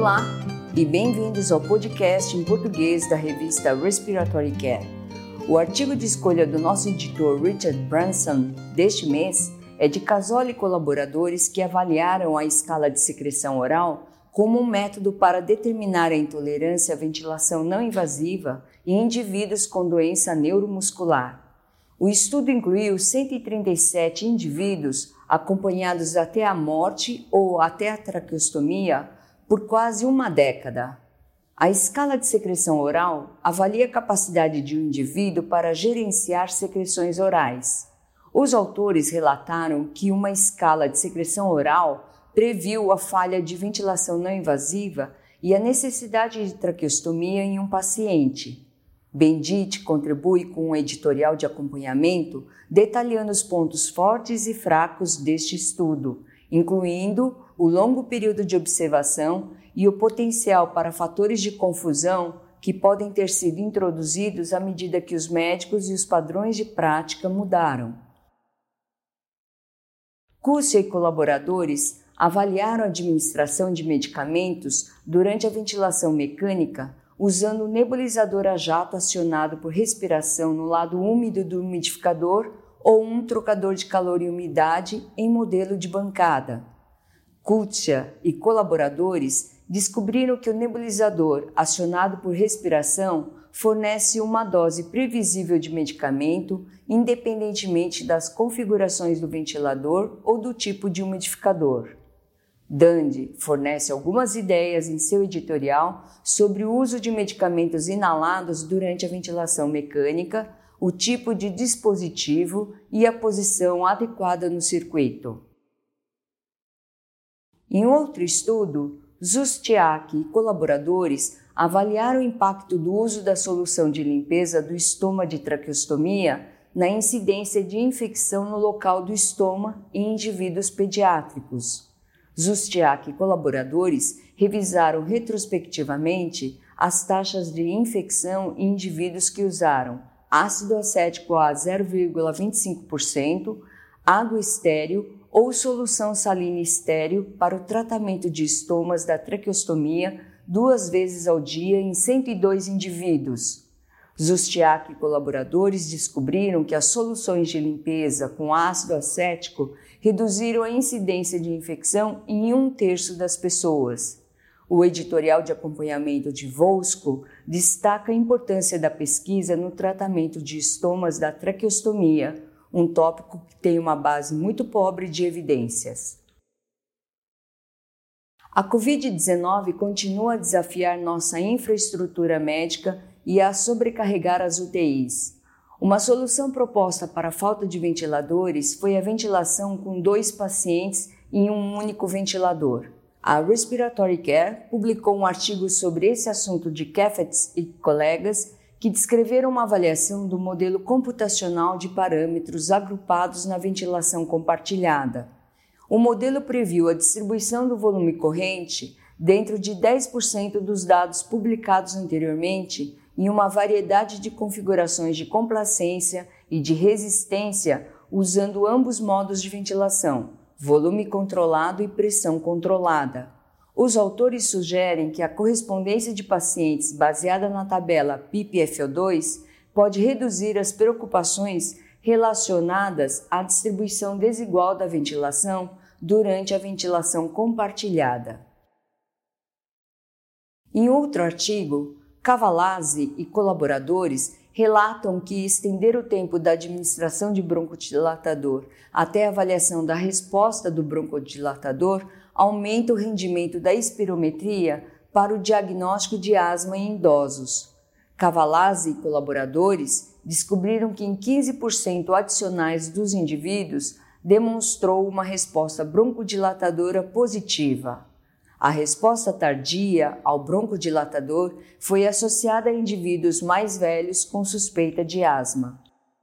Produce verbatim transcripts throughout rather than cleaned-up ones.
Olá e bem-vindos ao podcast em português da revista Respiratory Care. O artigo de escolha do nosso editor Richard Branson deste mês é de Casola e colaboradores que avaliaram a escala de secreção oral como um método para determinar a intolerância à ventilação não invasiva em indivíduos com doença neuromuscular. O estudo incluiu cento e trinta e sete indivíduos acompanhados até a morte ou até a traqueostomia por quase uma década. A escala de secreção oral avalia a capacidade de um indivíduo para gerenciar secreções orais. Os autores relataram que uma escala de secreção oral previu a falha de ventilação não invasiva e a necessidade de traqueostomia em um paciente. Bendit contribui com um editorial de acompanhamento detalhando os pontos fortes e fracos deste estudo, incluindo o longo período de observação e o potencial para fatores de confusão que podem ter sido introduzidos à medida que os médicos e os padrões de prática mudaram. Cuscia e colaboradores avaliaram a administração de medicamentos durante a ventilação mecânica usando um nebulizador a jato acionado por respiração no lado úmido do umidificador ou um trocador de calor e umidade em modelo de bancada. Cuscia e colaboradores descobriram que o nebulizador acionado por respiração fornece uma dose previsível de medicamento, independentemente das configurações do ventilador ou do tipo de umidificador. Dundee fornece algumas ideias em seu editorial sobre o uso de medicamentos inalados durante a ventilação mecânica, o tipo de dispositivo e a posição adequada no circuito. Em outro estudo, Zustiak e colaboradores avaliaram o impacto do uso da solução de limpeza do estoma de traqueostomia na incidência de infecção no local do estoma em indivíduos pediátricos. Zustiak e colaboradores revisaram retrospectivamente as taxas de infecção em indivíduos que usaram ácido acético a zero vírgula vinte e cinco por cento, água estéril ou solução salina estéril para o tratamento de estomas da traqueostomia duas vezes ao dia em cento e dois indivíduos. Zustiak e colaboradores descobriram que as soluções de limpeza com ácido acético reduziram a incidência de infecção em um terço das pessoas. O editorial de acompanhamento de Volsco destaca a importância da pesquisa no tratamento de estomas da traqueostomia, um tópico que tem uma base muito pobre de evidências. A covid dezenove continua a desafiar nossa infraestrutura médica e a sobrecarregar as U T Is. Uma solução proposta para a falta de ventiladores foi a ventilação com dois pacientes em um único ventilador. A Respiratory Care publicou um artigo sobre esse assunto de Keffetz e colegas que descreveram uma avaliação do modelo computacional de parâmetros agrupados na ventilação compartilhada. O modelo previu a distribuição do volume corrente dentro de dez por cento dos dados publicados anteriormente em uma variedade de configurações de complacência e de resistência usando ambos modos de ventilação, volume controlado e pressão controlada. Os autores sugerem que a correspondência de pacientes baseada na tabela P I P F O dois pode reduzir as preocupações relacionadas à distribuição desigual da ventilação durante a ventilação compartilhada. Em outro artigo, Cavalazzi e colaboradores relatam que estender o tempo da administração de broncodilatador até a avaliação da resposta do broncodilatador aumenta o rendimento da espirometria para o diagnóstico de asma em idosos. Cavalazzi e colaboradores descobriram que em quinze por cento adicionais dos indivíduos demonstrou uma resposta broncodilatadora positiva. A resposta tardia ao broncodilatador foi associada a indivíduos mais velhos com suspeita de asma.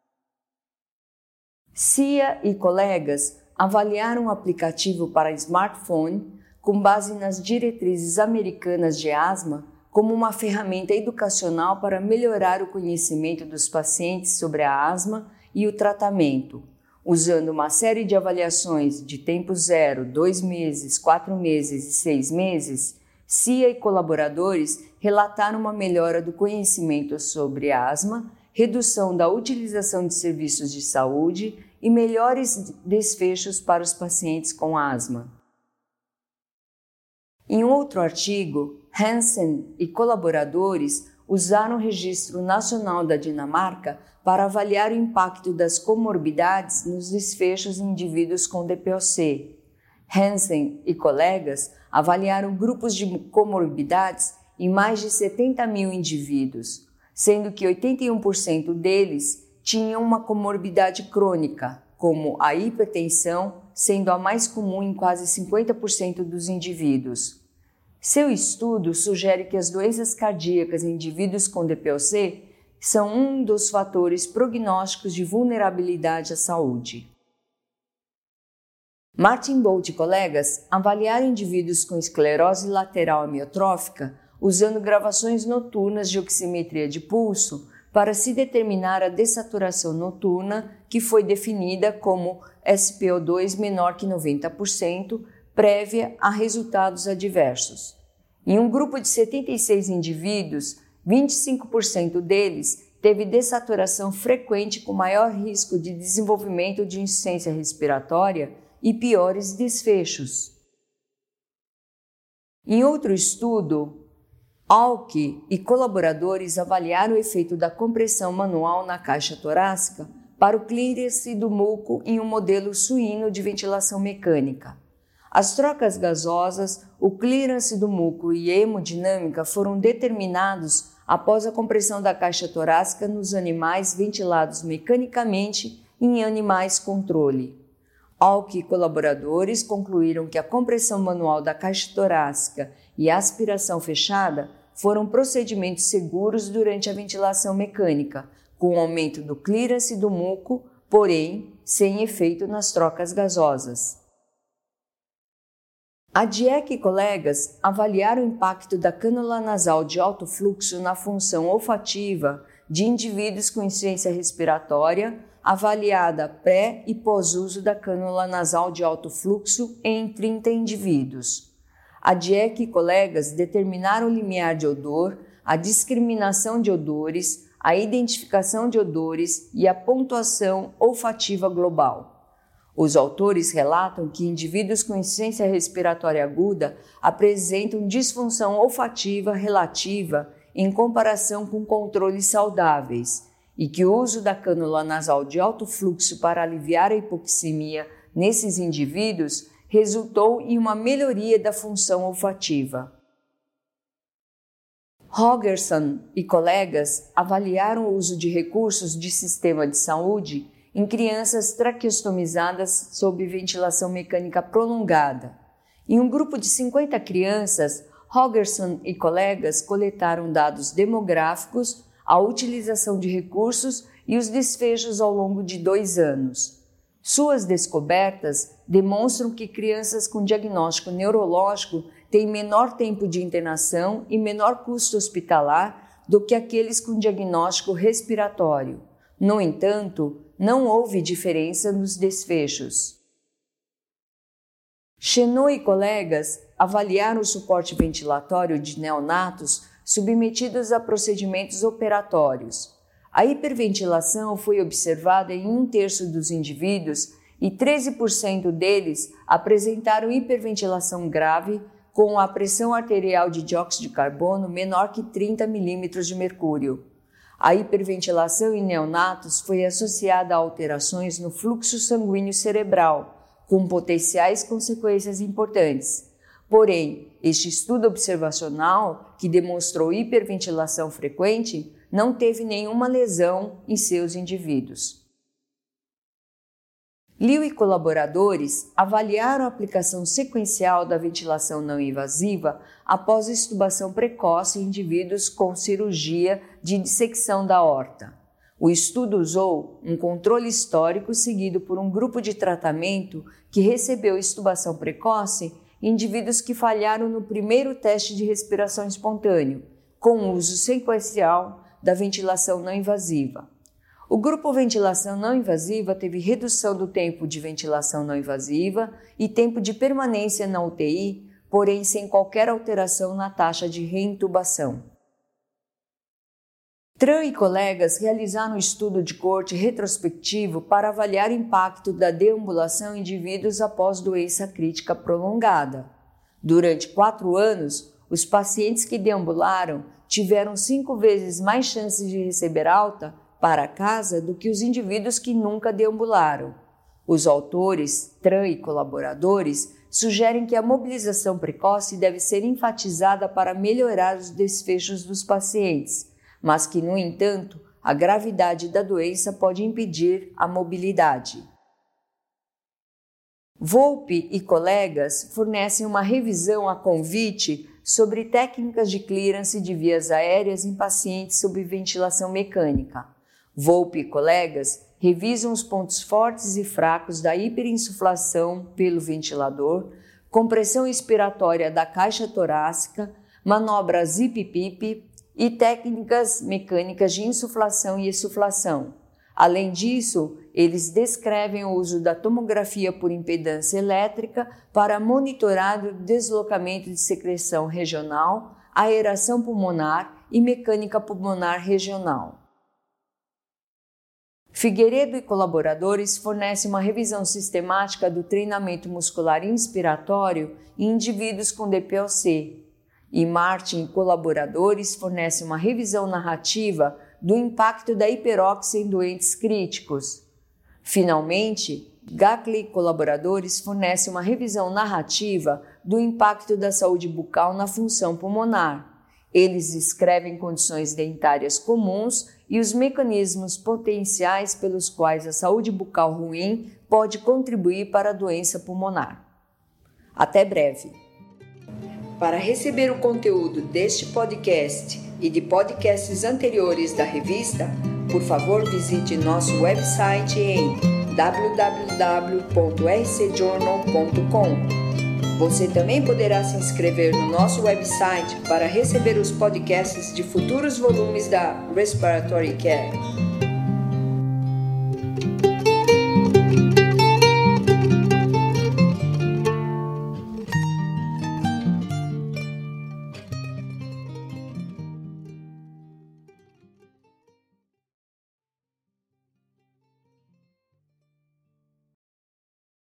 Cia e colegas avaliaram o aplicativo para smartphone com base nas diretrizes americanas de asma como uma ferramenta educacional para melhorar o conhecimento dos pacientes sobre a asma e o tratamento, usando uma série de avaliações de tempo zero, dois meses, quatro meses e seis meses. Cia e colaboradores relataram uma melhora do conhecimento sobre asma, redução da utilização de serviços de saúde e melhores desfechos para os pacientes com asma. Em outro artigo, Hansen e colaboradores usaram o Registro Nacional da Dinamarca para avaliar o impacto das comorbidades nos desfechos em indivíduos com D P O C. Hansen e colegas avaliaram grupos de comorbidades em mais de setenta mil indivíduos, sendo que oitenta e um por cento deles tinham uma comorbidade crônica, como a hipertensão, sendo a mais comum em quase cinquenta por cento dos indivíduos. Seu estudo sugere que as doenças cardíacas em indivíduos com D P O C são um dos fatores prognósticos de vulnerabilidade à saúde. Martin Bolt e colegas avaliaram indivíduos com esclerose lateral amiotrófica usando gravações noturnas de oximetria de pulso para se determinar a dessaturação noturna, que foi definida como S P O dois menor que noventa por cento, prévia a resultados adversos. Em um grupo de setenta e seis indivíduos, vinte e cinco por cento deles teve dessaturação frequente com maior risco de desenvolvimento de insuficiência respiratória e piores desfechos. Em outro estudo, Alke e colaboradores avaliaram o efeito da compressão manual na caixa torácica para o clearance do muco em um modelo suíno de ventilação mecânica. As trocas gasosas, o clearance do muco e a hemodinâmica foram determinados após a compressão da caixa torácica nos animais ventilados mecanicamente e em animais controle. Alke e colaboradores concluíram que a compressão manual da caixa torácica e a aspiração fechada foram procedimentos seguros durante a ventilação mecânica, com o aumento do clearance do muco, porém sem efeito nas trocas gasosas. A Dieck e colegas avaliaram o impacto da cânula nasal de alto fluxo na função olfativa de indivíduos com insuficiência respiratória, avaliada pré e pós-uso da cânula nasal de alto fluxo em trinta indivíduos. A Dieck e colegas determinaram o limiar de odor, a discriminação de odores, a identificação de odores e a pontuação olfativa global. Os autores relatam que indivíduos com insuficiência respiratória aguda apresentam disfunção olfativa relativa em comparação com controles saudáveis e que o uso da cânula nasal de alto fluxo para aliviar a hipoxemia nesses indivíduos resultou em uma melhoria da função olfativa. Rogerson e colegas avaliaram o uso de recursos de sistema de saúde em crianças traqueostomizadas sob ventilação mecânica prolongada. Em um grupo de cinquenta crianças, Rogerson e colegas coletaram dados demográficos, a utilização de recursos e os desfechos ao longo de dois anos. Suas descobertas demonstram que crianças com diagnóstico neurológico têm menor tempo de internação e menor custo hospitalar do que aqueles com diagnóstico respiratório. No entanto, não houve diferença nos desfechos. Chenot e colegas avaliaram o suporte ventilatório de neonatos submetidos a procedimentos operatórios. A hiperventilação foi observada em um terço dos indivíduos e treze por cento deles apresentaram hiperventilação grave com a pressão arterial de dióxido de carbono menor que trinta milímetros de mercúrio. A hiperventilação em neonatos foi associada a alterações no fluxo sanguíneo cerebral, com potenciais consequências importantes. Porém, este estudo observacional, que demonstrou hiperventilação frequente, não teve nenhuma lesão em seus indivíduos. Liu e colaboradores avaliaram a aplicação sequencial da ventilação não invasiva após a extubação precoce em indivíduos com cirurgia de dissecção da aorta. O estudo usou um controle histórico seguido por um grupo de tratamento que recebeu extubação precoce em indivíduos que falharam no primeiro teste de respiração espontâneo, com o uso sequencial da ventilação não invasiva. O grupo ventilação não invasiva teve redução do tempo de ventilação não invasiva e tempo de permanência na U T I porém sem qualquer alteração na taxa de reintubação. Tran e colegas realizaram um estudo de coorte retrospectivo para avaliar o impacto da deambulação em indivíduos após doença crítica prolongada. Durante quatro anos, os pacientes que deambularam tiveram cinco vezes mais chances de receber alta para casa do que os indivíduos que nunca deambularam. Os autores, Tran e colaboradores, sugerem que a mobilização precoce deve ser enfatizada para melhorar os desfechos dos pacientes, mas que, no entanto, a gravidade da doença pode impedir a mobilidade. Volpe e colegas fornecem uma revisão a convite sobre técnicas de clearance de vias aéreas em pacientes sob ventilação mecânica. Volpe e colegas revisam os pontos fortes e fracos da hiperinsuflação pelo ventilador, compressão expiratória da caixa torácica, manobra zip-pip e técnicas mecânicas de insuflação e exsuflação. Além disso, eles descrevem o uso da tomografia por impedância elétrica para monitorar o deslocamento de secreção regional, aeração pulmonar e mecânica pulmonar regional. Figueiredo e colaboradores fornecem uma revisão sistemática do treinamento muscular inspiratório em indivíduos com D P O C. E Martin e colaboradores fornecem uma revisão narrativa do impacto da hiperóxia em doentes críticos. Finalmente, Gackley e colaboradores fornecem uma revisão narrativa do impacto da saúde bucal na função pulmonar. Eles descrevem condições dentárias comuns e os mecanismos potenciais pelos quais a saúde bucal ruim pode contribuir para a doença pulmonar. Até breve! Para receber o conteúdo deste podcast e de podcasts anteriores da revista, por favor visite nosso website em w w w ponto r c journal ponto com. Você também poderá se inscrever no nosso website para receber os podcasts de futuros volumes da Respiratory Care.